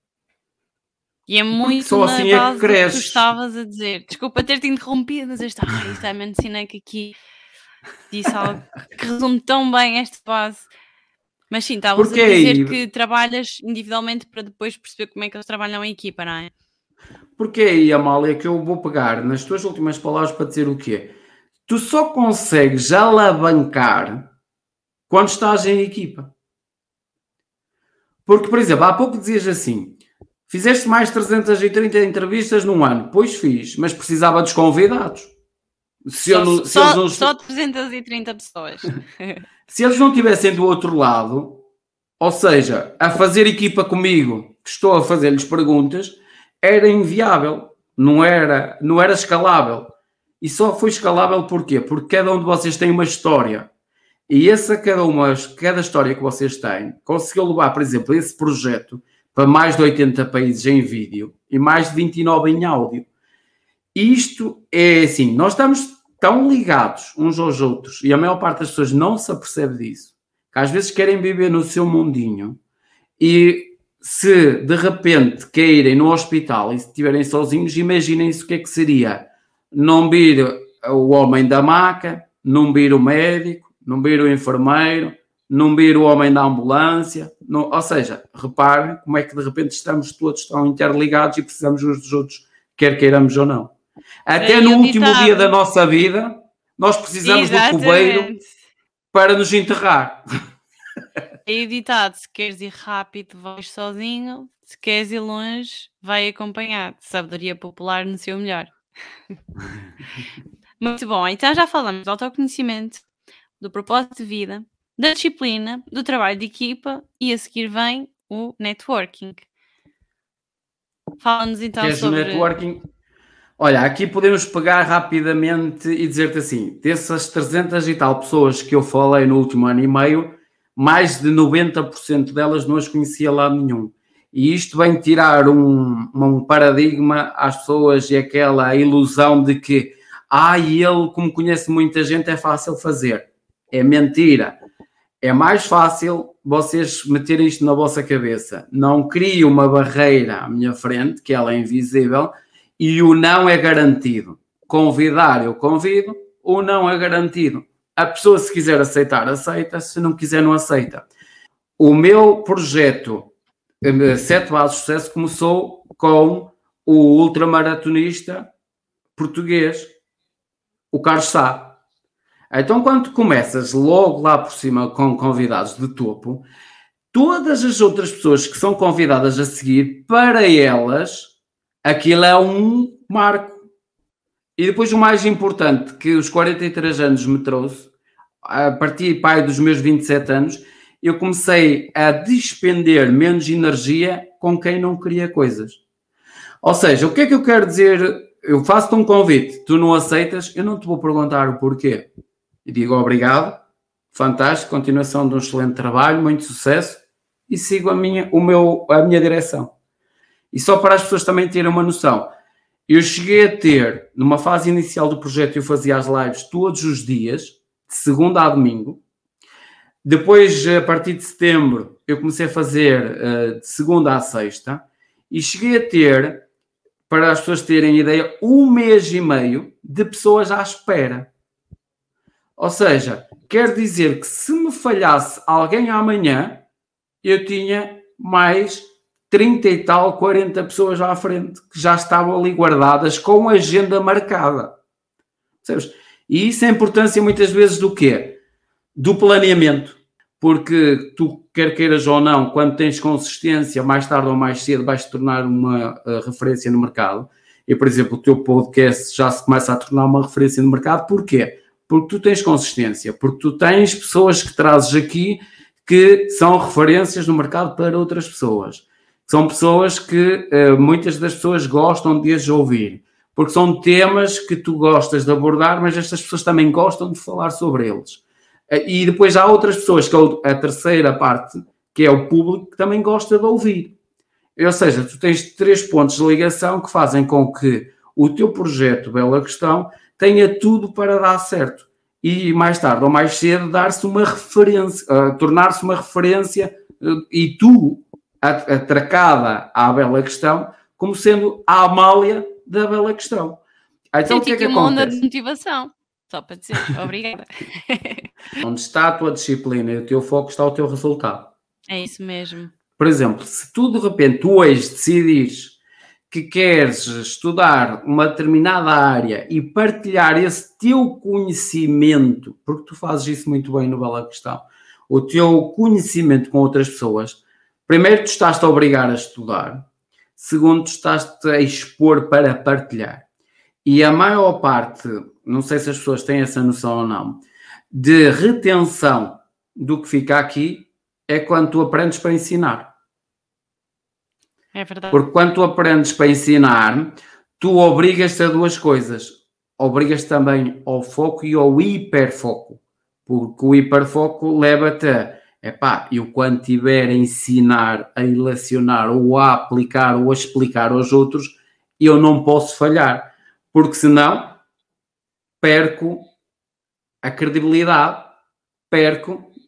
E é muito só na assim base é que do que tu estavas a dizer. Desculpa ter-te interrompido, mas eu estava a dizer, Simon Sinek aqui disse algo que resume tão bem esta base. Mas sim, estavas a dizer aí que trabalhas individualmente para depois perceber como é que eles trabalham em equipa, não é? Porque aí, Amália, que eu vou pegar nas tuas últimas palavras para dizer o quê? Tu só consegues alavancar quando estás em equipa. Porque, por exemplo, há pouco dizias assim, fizeste mais trezentas e trinta entrevistas num ano. Pois fiz, mas precisava dos convidados. Se só, eu não, se só, eles não... só trezentas e trinta pessoas. Se eles não estivessem do outro lado, ou seja, a fazer equipa comigo, que estou a fazer-lhes perguntas, era inviável. Não era, não era escalável. E só foi escalável porquê? Porque cada um de vocês tem uma história. E essa cada, uma, cada história que vocês têm conseguiu levar, por exemplo, esse projeto para mais de oitenta países em vídeo e mais de vinte e nove em áudio. E isto é assim, nós estamos tão ligados uns aos outros e a maior parte das pessoas não se apercebe disso, que às vezes querem viver no seu mundinho e se de repente caírem no hospital e se estiverem sozinhos, imaginem-se o que é que seria não vir o homem da maca, não vir o médico, não vir o enfermeiro, não vir o homem da ambulância, não, ou seja, reparem como é que de repente estamos todos tão interligados e precisamos uns dos outros, quer queiramos ou não. Até é, no último ditado. dia da nossa vida, nós precisamos Exatamente. do coveiro para nos enterrar. É ditado, se queres ir rápido, vais sozinho, se queres ir longe, vai acompanhado. Sabedoria popular no seu melhor. Muito bom, então já falamos do autoconhecimento, do propósito de vida, da disciplina, do trabalho de equipa e a seguir vem o networking. Fala-nos então Queres sobre... o networking? Olha, aqui podemos pegar rapidamente e dizer-te assim, dessas trezentas e tal pessoas que eu falei no último ano e meio, mais de noventa por cento delas não as conhecia lá nenhum. E isto vem tirar um, um paradigma às pessoas e aquela ilusão de que ah, ele, como conhece muita gente, é fácil fazer. É mentira. É mais fácil vocês meterem isto na vossa cabeça. Não crie uma barreira à minha frente, que ela é invisível, e o não é garantido. Convidar, eu convido, o não é garantido. A pessoa, se quiser aceitar, aceita. Se não quiser, não aceita. O meu projeto Sete Bases de Sucesso começou com o ultramaratonista português, o Carlos Sá. Então, quando começas logo lá por cima com convidados de topo, todas as outras pessoas que são convidadas a seguir, para elas, aquilo é um marco. E depois o mais importante que os quarenta e três anos me trouxe, a partir pai, dos meus vinte e sete anos, eu comecei a despender menos energia com quem não queria coisas. Ou seja, o que é que eu quero dizer? Eu faço-te um convite, tu não aceitas, eu não te vou perguntar o porquê. E digo obrigado, fantástico, continuação de um excelente trabalho, muito sucesso, e sigo a minha, o meu, a minha direção. E só para as pessoas também terem uma noção, eu cheguei a ter, numa fase inicial do projeto, eu fazia as lives todos os dias, de segunda a domingo. Depois, a partir de setembro, eu comecei a fazer uh, de segunda a sexta e cheguei a ter, para as pessoas terem ideia, um mês e meio de pessoas à espera. Ou seja, quer dizer que se me falhasse alguém amanhã, eu tinha mais trinta e tal, quarenta pessoas à frente que já estavam ali guardadas com a agenda marcada. Sabes? E isso é a importância muitas vezes do quê? Do planeamento. Porque tu, quer queiras ou não, quando tens consistência, mais tarde ou mais cedo vais-te tornar uma uh, referência no mercado. E, por exemplo, o teu podcast já se começa a tornar uma referência no mercado. Porquê? Porque tu tens consistência. Porque tu tens pessoas que trazes aqui que são referências no mercado para outras pessoas. São pessoas que uh, muitas das pessoas gostam de as ouvir. Porque são temas que tu gostas de abordar, mas estas pessoas também gostam de falar sobre eles. E depois há outras pessoas, que é a terceira parte, que é o público, que também gosta de ouvir. Ou seja, tu tens três pontos de ligação que fazem com que o teu projeto Bela Questão tenha tudo para dar certo. E mais tarde ou mais cedo dar-se uma referência, uh, tornar-se uma referência uh, e tu, atracada à Bela Questão, como sendo a Amália da Bela Questão. Então, o que é que acontece? Uma onda de motivação. Só para dizer, obrigada. Onde está a tua disciplina e o teu foco está o teu resultado. É isso mesmo. Por exemplo, se tu de repente tu hoje decidires que queres estudar uma determinada área e partilhar esse teu conhecimento, porque tu fazes isso muito bem no Bela Questão, o teu conhecimento com outras pessoas, primeiro tu estás-te a obrigar a estudar, segundo tu estás-te a expor para partilhar. E a maior parte, não sei se as pessoas têm essa noção ou não, de retenção do que fica aqui é quando tu aprendes para ensinar. É verdade. Porque quando tu aprendes para ensinar, tu obrigas-te a duas coisas. Obrigas-te também ao foco e ao hiperfoco. Porque o hiperfoco leva-te a, epá, eu quando tiver a ensinar, a ilacionar, ou a aplicar, ou a explicar aos outros, eu não posso falhar. Porque senão perco a credibilidade, perco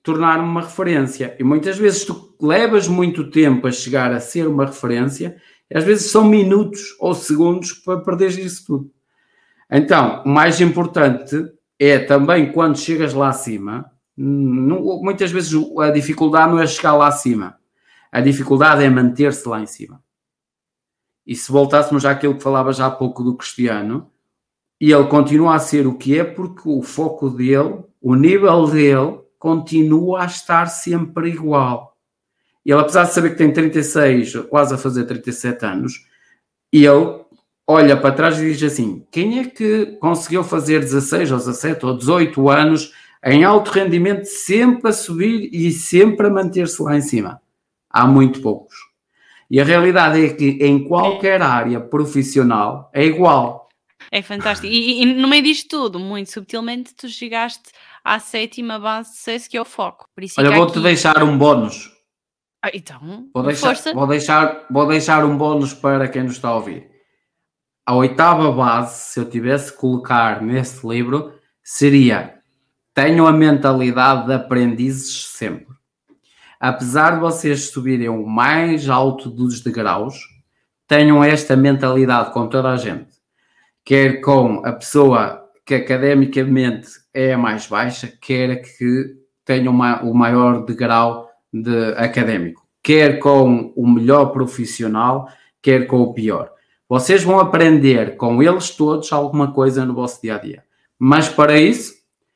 tornar-me uma referência. E muitas vezes tu levas muito tempo a chegar a ser uma referência, e às vezes são minutos ou segundos para perderes isso tudo. Então, o mais importante é também quando chegas lá acima, não, muitas vezes a dificuldade não é chegar lá acima, a dificuldade é manter-se lá em cima. E se voltássemos àquilo que falava já há pouco do Cristiano, e ele continua a ser o que é porque o foco dele, o nível dele, continua a estar sempre igual. Ele, apesar de saber que tem trinta e seis, quase a fazer trinta e sete anos, ele olha para trás e diz assim, quem é que conseguiu fazer dezasseis ou dezassete ou dezoito anos em alto rendimento, sempre a subir e sempre a manter-se lá em cima? Há muito poucos. E a realidade é que em qualquer área profissional é igual. É fantástico. E, e no meio disto tudo, muito subtilmente, tu chegaste à sétima base de sucesso, que é o foco. Por isso Olha, vou-te aqui... deixar um bónus. Ah, então, vou deixar, força. Vou deixar, vou deixar um bónus para quem nos está a ouvir. A oitava base, se eu tivesse que colocar nesse livro, seria: tenham a mentalidade de aprendizes sempre. Apesar de vocês subirem o mais alto dos degraus, tenham esta mentalidade com toda a gente. Quer com a pessoa que academicamente é a mais baixa, quer que tenha uma, o maior degrau de académico. Quer com o melhor profissional, quer com o pior. Vocês vão aprender com eles todos alguma coisa no vosso dia-a-dia. Mas para isso,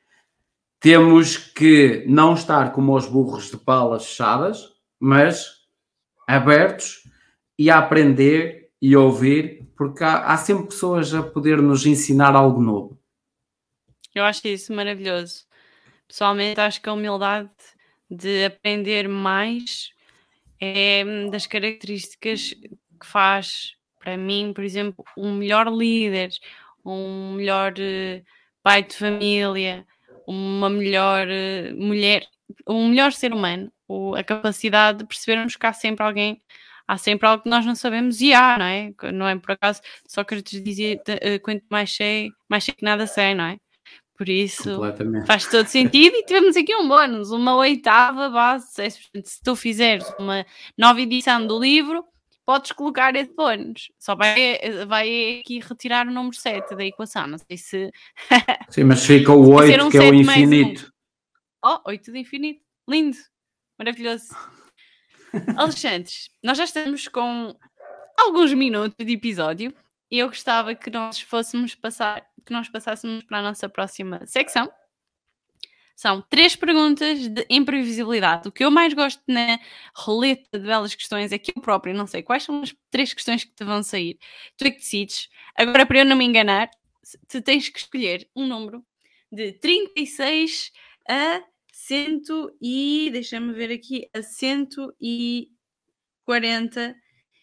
temos que não estar como os burros de palas fechadas, mas abertos e a aprender e ouvir, porque há, há sempre pessoas a poder nos ensinar algo novo. Eu acho isso maravilhoso. Pessoalmente, acho que a humildade de aprender mais é das características que faz, para mim, por exemplo, um melhor líder, um melhor uh, pai de família, uma melhor uh, mulher, um melhor ser humano, o, a capacidade de percebermos que há sempre alguém, há sempre algo que nós não sabemos e há, não é? Não é por acaso, Sócrates dizia, uh, quanto mais sei, mais sei que nada sei, não é? Por isso faz todo sentido e tivemos aqui um bónus, uma oitava base de sucesso. Portanto, se tu fizeres uma nova edição do livro, podes colocar esse bónus. Só vai, vai aqui retirar o número sete da equação. Não sei se... Sim, mas fica o oito, um que é o infinito. Um. Oh, oito do infinito. Lindo. Maravilhoso. Alexandre, nós já estamos com alguns minutos de episódio e eu gostava que nós fôssemos passar, que nós passássemos para a nossa próxima secção. São três perguntas de imprevisibilidade. O que eu mais gosto na roleta de belas questões é que eu próprio não sei quais são as três questões que te vão sair. Tu é que decides. Agora, para eu não me enganar, tu tens que escolher um número de trinta e seis a cento e... deixa-me ver aqui. A cento e quarenta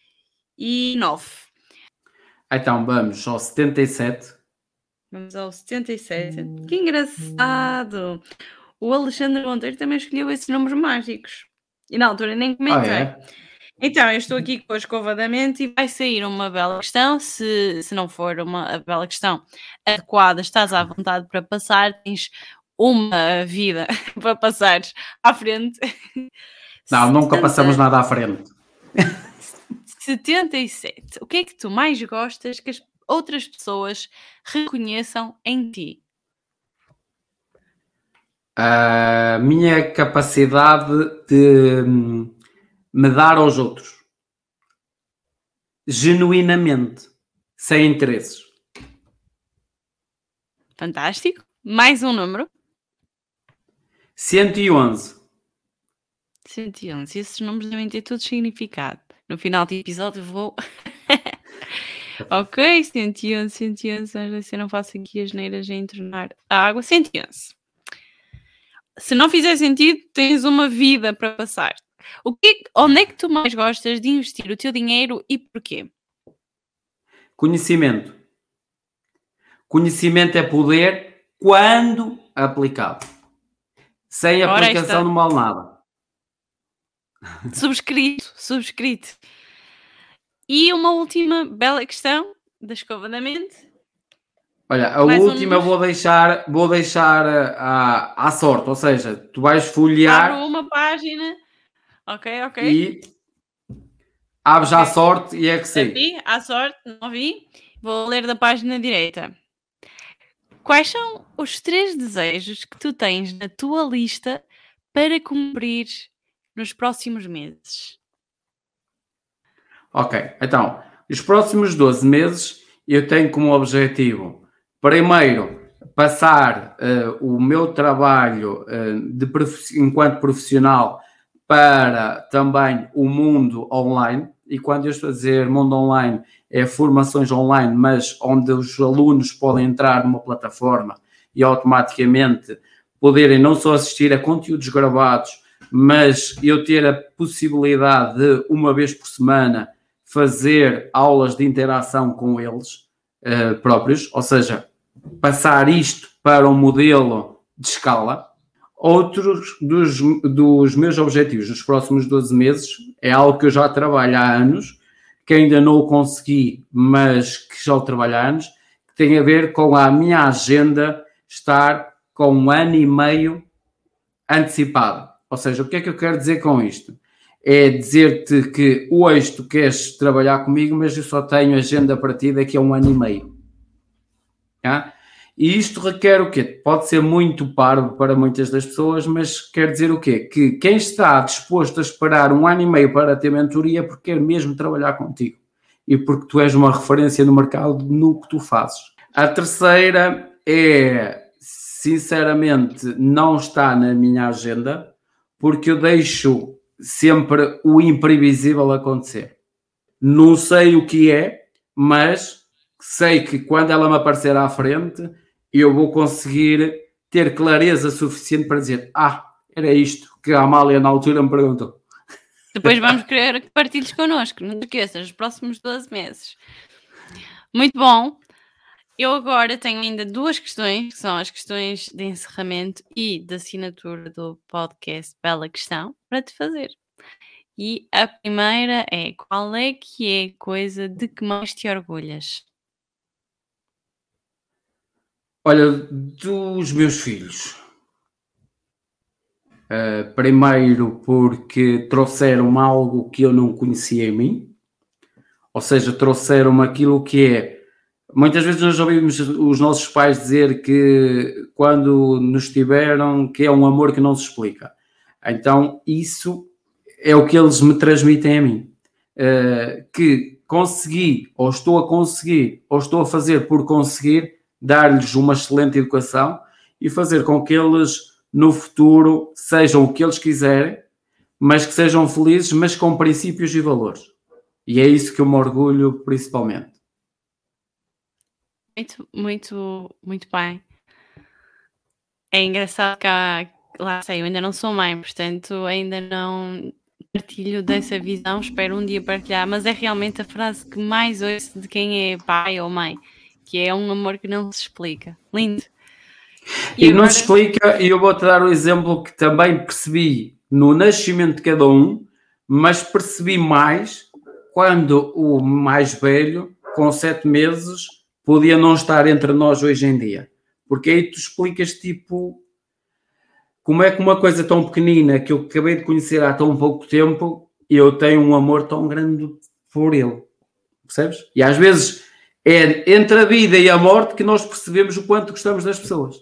e nove. Então, vamos ao setenta e sete. Vamos ao setenta e sete. Hum. Que engraçado! O Alexandre Monteiro também escolheu esses números mágicos. E na altura nem comentei. Ah, é? Então, eu estou aqui com a escova da mente e vai sair uma bela questão. Se, se não for uma bela questão adequada, estás à vontade para passar. Tens uma vida para passar à frente. Não, nunca setenta... passamos nada à frente. setenta e sete. O que é que tu mais gostas que as outras pessoas reconheçam em ti? A minha capacidade de me dar aos outros. Genuinamente. Sem interesses. Fantástico. Mais um número. cento e onze. cento e onze. Esses números devem ter todo significado. No final do episódio vou... ok, cento e onze, cento e onze. Se eu não faço aqui as neiras a entornar a água. cento e onze. Se não fizer sentido, tens uma vida para passar. O que, onde é que tu mais gostas de investir o teu dinheiro e porquê? Conhecimento. Conhecimento é poder quando aplicado. Sem Ora, aplicação esta... não vale nada. Subscrito, subscrito. E uma última bela questão da escova da mente. Olha, a Mais última um... vou deixar, vou deixar à, à sorte, ou seja, tu vais folhear... Abro uma página, ok, ok. E abres okay. à sorte e é que sim. Abri, à sorte, não vi. Vou ler da página direita. Quais são os três desejos que tu tens na tua lista para cumprir nos próximos meses? Ok, então, os próximos doze meses eu tenho como objetivo, primeiro, passar uh, o meu trabalho uh, de prof... enquanto profissional para também o mundo online. E quando eu estou a dizer mundo online, é formações online, mas onde os alunos podem entrar numa plataforma e automaticamente poderem não só assistir a conteúdos gravados, mas eu ter a possibilidade de, uma vez por semana, fazer aulas de interação com eles uh, próprios, ou seja, passar isto para um modelo de escala. Outros dos, dos meus objetivos nos próximos doze meses é algo que eu já trabalho há anos, que ainda não o consegui, mas que já o trabalho há anos, que tem a ver com a minha agenda estar com um ano e meio antecipado. Ou seja, o que é que eu quero dizer com isto? É dizer-te que hoje tu queres trabalhar comigo, mas eu só tenho agenda para ti daqui a um ano e meio. Tá? E isto requer o quê? Pode ser muito parvo para muitas das pessoas, mas quer dizer o quê? Que quem está disposto a esperar um ano e meio para ter mentoria porque quer mesmo trabalhar contigo e porque tu és uma referência no mercado no que tu fazes. A terceira é, sinceramente, não está na minha agenda porque eu deixo sempre o imprevisível acontecer. Não sei o que é, mas sei que quando ela me aparecer à frente, eu vou conseguir ter clareza suficiente para dizer, ah, era isto que a Amália na altura me perguntou. Depois vamos querer que partilhes connosco, não te esqueças, os próximos doze meses. Muito bom. Eu agora tenho ainda duas questões, que são as questões de encerramento e de assinatura do podcast Bela Questão, para te fazer. E a primeira é, qual é que é a coisa de que mais te orgulhas? Olha, dos meus filhos. Uh, primeiro porque trouxeram algo que eu não conhecia em mim. Ou seja, trouxeram aquilo que é... Muitas vezes nós ouvimos os nossos pais dizer que quando nos tiveram, que é um amor que não se explica. Então, isso é o que eles me transmitem a mim. Uh, que consegui, ou estou a conseguir, ou estou a fazer por conseguir, dar-lhes uma excelente educação e fazer com que eles, no futuro, sejam o que eles quiserem, mas que sejam felizes, mas com princípios e valores. E é isso que eu me orgulho, principalmente. Muito, muito, muito bem. É engraçado que há, lá sei, eu ainda não sou mãe, portanto ainda não partilho dessa visão, espero um dia partilhar, mas é realmente a frase que mais ouço de quem é pai ou mãe, que é um amor que não se explica. Lindo. E, e agora... não se explica, e eu vou-te dar o exemplo que também percebi no nascimento de cada um, mas percebi mais quando o mais velho, com sete meses, podia não estar entre nós hoje em dia. Porque aí tu explicas, tipo, como é que uma coisa tão pequenina que eu acabei de conhecer há tão pouco tempo, eu tenho um amor tão grande por ele. Percebes? E às vezes é entre a vida e a morte que nós percebemos o quanto gostamos das pessoas.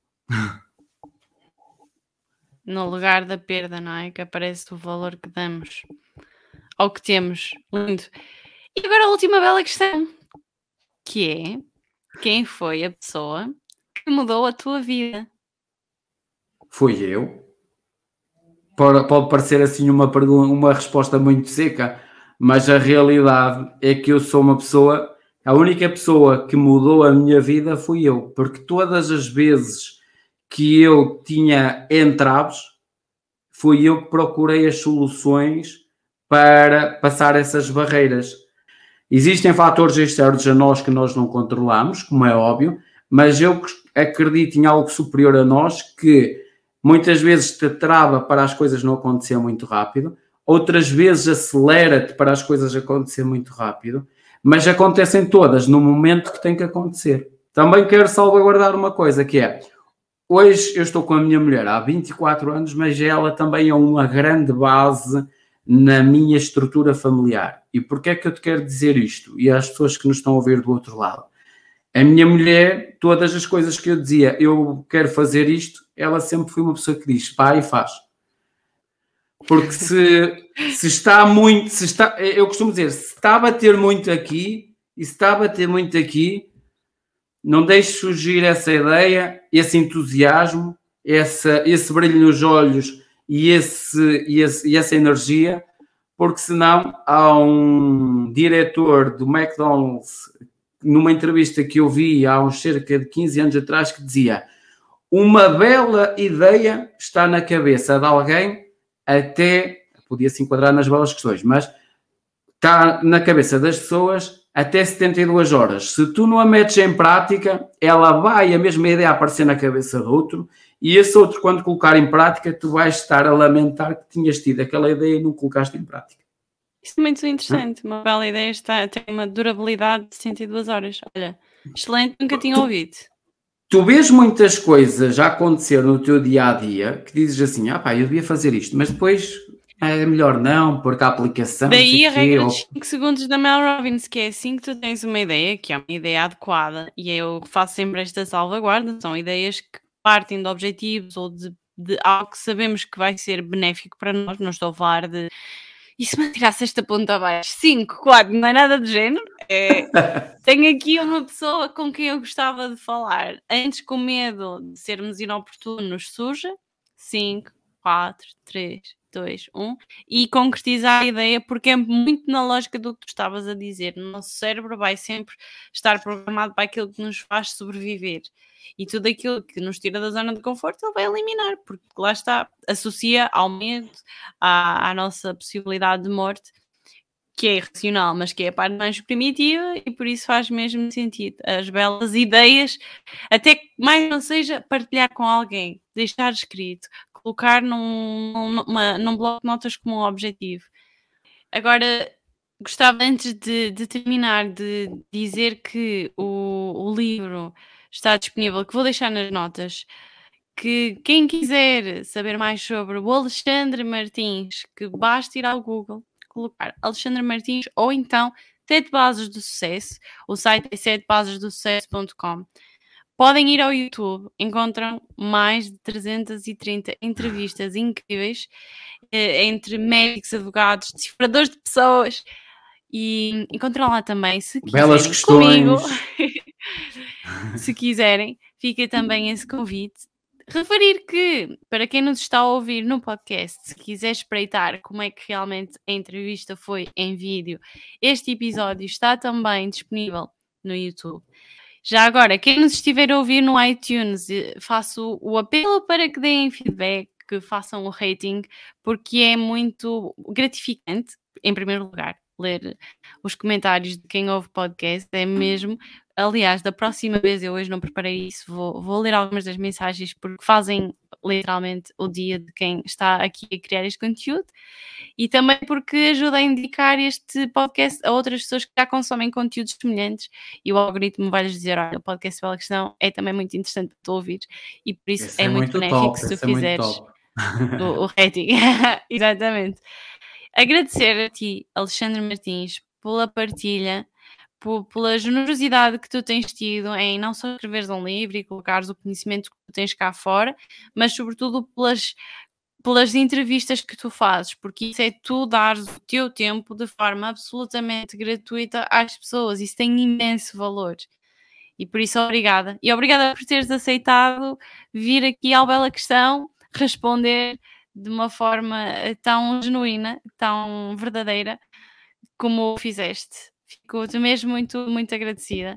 No lugar da perda, não é? Que aparece o valor que damos ao que temos. Lindo. E agora a última bela questão, que é, quem foi a pessoa que mudou a tua vida? Fui eu. Pode, pode parecer assim uma, pergunta, uma resposta muito seca, mas a realidade é que eu sou uma pessoa, a única pessoa que mudou a minha vida fui eu, porque todas as vezes que eu tinha entraves, fui eu que procurei as soluções para passar essas barreiras. Existem fatores externos a nós que nós não controlamos, como é óbvio, mas eu acredito em algo superior a nós que muitas vezes te trava para as coisas não acontecer muito rápido, outras vezes acelera-te para as coisas acontecer muito rápido, mas acontecem todas no momento que tem que acontecer. Também quero salvaguardar uma coisa, que é, hoje eu estou com a minha mulher há vinte e quatro anos, mas ela também é uma grande base na minha estrutura familiar. E porquê é que eu te quero dizer isto? E às pessoas que nos estão a ouvir do outro lado. A minha mulher, todas as coisas que eu dizia, eu quero fazer isto, ela sempre foi uma pessoa que diz, pá, e faz. Porque se, se está muito, se está, eu costumo dizer, se está a bater muito aqui, e se está a bater muito aqui, não deixe surgir essa ideia, esse entusiasmo, essa, esse brilho nos olhos e, esse, e, esse, e essa energia, porque senão há um diretor do McDonald's, numa entrevista que eu vi há uns cerca de quinze anos atrás, que dizia, uma bela ideia está na cabeça de alguém até, podia se enquadrar nas belas questões, mas está na cabeça das pessoas até setenta e duas horas. Se tu não a metes em prática, ela vai, a mesma ideia aparecer na cabeça do outro, e esse outro, quando colocar em prática, tu vais estar a lamentar que tinhas tido aquela ideia e não colocaste em prática. Isso é muito interessante. Uma bela ideia está, tem uma durabilidade de setenta e duas horas. Olha, excelente, nunca tinha tu, ouvido. Tu vês muitas coisas a acontecer no teu dia-a-dia que dizes assim, ah pá, eu devia fazer isto, mas depois é melhor não, porque a aplicação... Daí a regra ou... dos cinco segundos da Mel Robbins, que é assim que tu tens uma ideia, que é uma ideia adequada, e eu faço sempre esta salvaguarda, são ideias que partem de objetivos ou de, de algo que sabemos que vai ser benéfico para nós, não estou a falar de... E se me tirasse esta ponta abaixo? cinco, quatro, não é nada do género. É... Tenho aqui uma pessoa com quem eu gostava de falar. Antes, com medo de sermos inoportunos, suja. cinco, quatro, três, dois, um. E concretizar a ideia, porque é muito na lógica do que tu estavas a dizer. O nosso cérebro vai sempre estar programado para aquilo que nos faz sobreviver. E tudo aquilo que nos tira da zona de conforto, ele vai eliminar, porque lá está, associa ao medo, à, à nossa possibilidade de morte, que é irracional, mas que é a parte mais primitiva, e por isso faz mesmo sentido. As belas ideias, até que mais não seja partilhar com alguém, deixar escrito, colocar num, numa, num bloco de notas como um objetivo. Agora, gostava antes de, de terminar de dizer que o, o livro está disponível, que vou deixar nas notas, que quem quiser saber mais sobre o Alexandre Martins, que basta ir ao Google, colocar Alexandre Martins, ou então Sete Bases do Sucesso, o site é sete bases do sucesso ponto com. Podem ir ao YouTube, encontram mais de trezentas e trinta entrevistas incríveis, eh, entre médicos, advogados, decifradores de pessoas, e encontram lá também, se quiserem, belas questões. Comigo, se quiserem, fica também esse convite. Referir que, para quem nos está a ouvir no podcast, se quiser espreitar como é que realmente a entrevista foi em vídeo, este episódio está também disponível no YouTube. Já agora, quem nos estiver a ouvir no iTunes, faço o apelo para que deem feedback, que façam o rating, porque é muito gratificante, em primeiro lugar, ler os comentários de quem ouve podcast, é mesmo. Aliás, da próxima vez, eu hoje não preparei isso, vou, vou ler algumas das mensagens, porque fazem literalmente o dia de quem está aqui a criar este conteúdo, e também porque ajuda a indicar este podcast a outras pessoas que já consomem conteúdos semelhantes, e o algoritmo vai-lhes dizer, olha, o podcast Bela Questão é também muito interessante para tu ouvir, e por isso é, é muito, muito benéfico top, se tu fizeres o, o rating. Exatamente. Agradecer a ti, Alexandre Martins, pela partilha, pela generosidade que tu tens tido em não só escreveres um livro e colocares o conhecimento que tu tens cá fora, mas sobretudo pelas, pelas entrevistas que tu fazes, porque isso é tu dares o teu tempo de forma absolutamente gratuita às pessoas. Isso tem imenso valor. E por isso, obrigada. E obrigada por teres aceitado vir aqui ao Bela Questão responder de uma forma tão genuína, tão verdadeira como o fizeste. Fico-te mesmo muito, muito agradecida.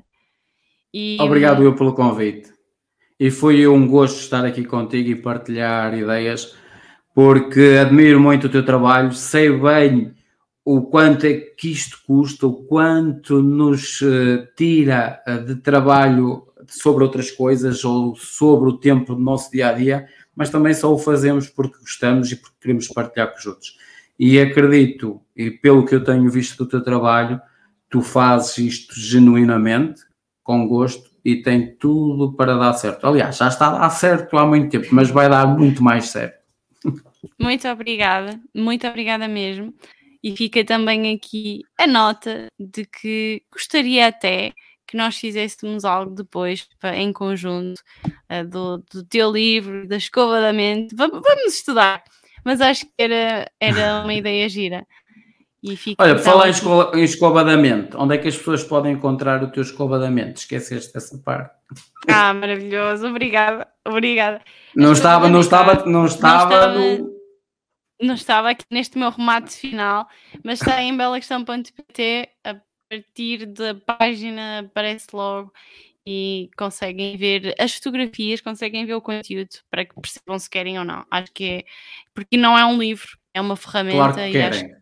E, obrigado eu pelo convite. E foi um gosto estar aqui contigo e partilhar ideias, porque admiro muito o teu trabalho, sei bem o quanto é que isto custa, o quanto nos tira de trabalho sobre outras coisas ou sobre o tempo do nosso dia-a-dia, mas também só o fazemos porque gostamos e porque queremos partilhar com os outros. E acredito, e pelo que eu tenho visto do teu trabalho, tu fazes isto genuinamente, com gosto, e tem tudo para dar certo. Aliás, já está a dar certo há muito tempo, mas vai dar muito mais certo. Muito obrigada, muito obrigada mesmo. E fica também aqui a nota de que gostaria até que nós fizéssemos algo depois em conjunto uh, do, do teu livro, da escova da mente. Vamos, vamos estudar, mas acho que era, era uma ideia gira. E fica Olha, então falar em, aqui- escola, em escova da mente, onde é que as pessoas podem encontrar o teu escova da mente? Esqueceste dessa parte. Ah, maravilhoso, obrigada, obrigada. Não A escova estava, da não mente- estava, não estava estava- no... não estava aqui neste meu remate final, mas está em bela questão ponto pt. A partir da página aparece logo e conseguem ver as fotografias, conseguem ver o conteúdo para que percebam se querem ou não. Acho que é porque não é um livro, é uma ferramenta. Claro que e acho querem.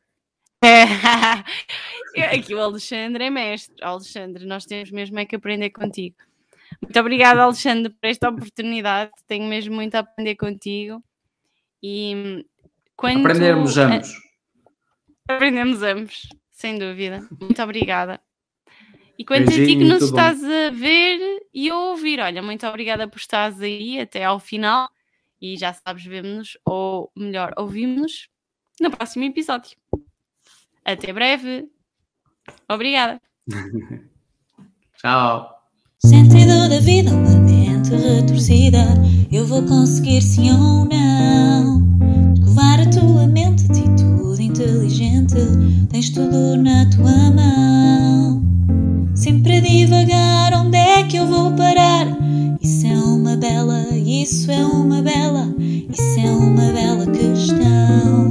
É, aqui o Alexandre é mestre. Alexandre, nós temos mesmo é que aprender contigo. Muito obrigada, Alexandre, por esta oportunidade. Tenho mesmo muito a aprender contigo. E quanto Aprendermos a- ambos. Aprendemos ambos, sem dúvida. Muito obrigada. E quanto a ti Beijinho, que nos tudo bom. estás a ver e a ouvir, olha, muito obrigada por estares aí até ao final. E já sabes, vemo-nos, ou melhor, ouvimos-nos no próximo episódio. Até breve. Obrigada. Tchau. Sentido da vida, uma mente retorcida. Eu vou conseguir sim ou não descovar a tua mente, atitude inteligente. Tens tudo na tua mão. Sempre a divagar, onde é que eu vou parar? Isso é uma bela, isso é uma bela, isso é uma bela questão.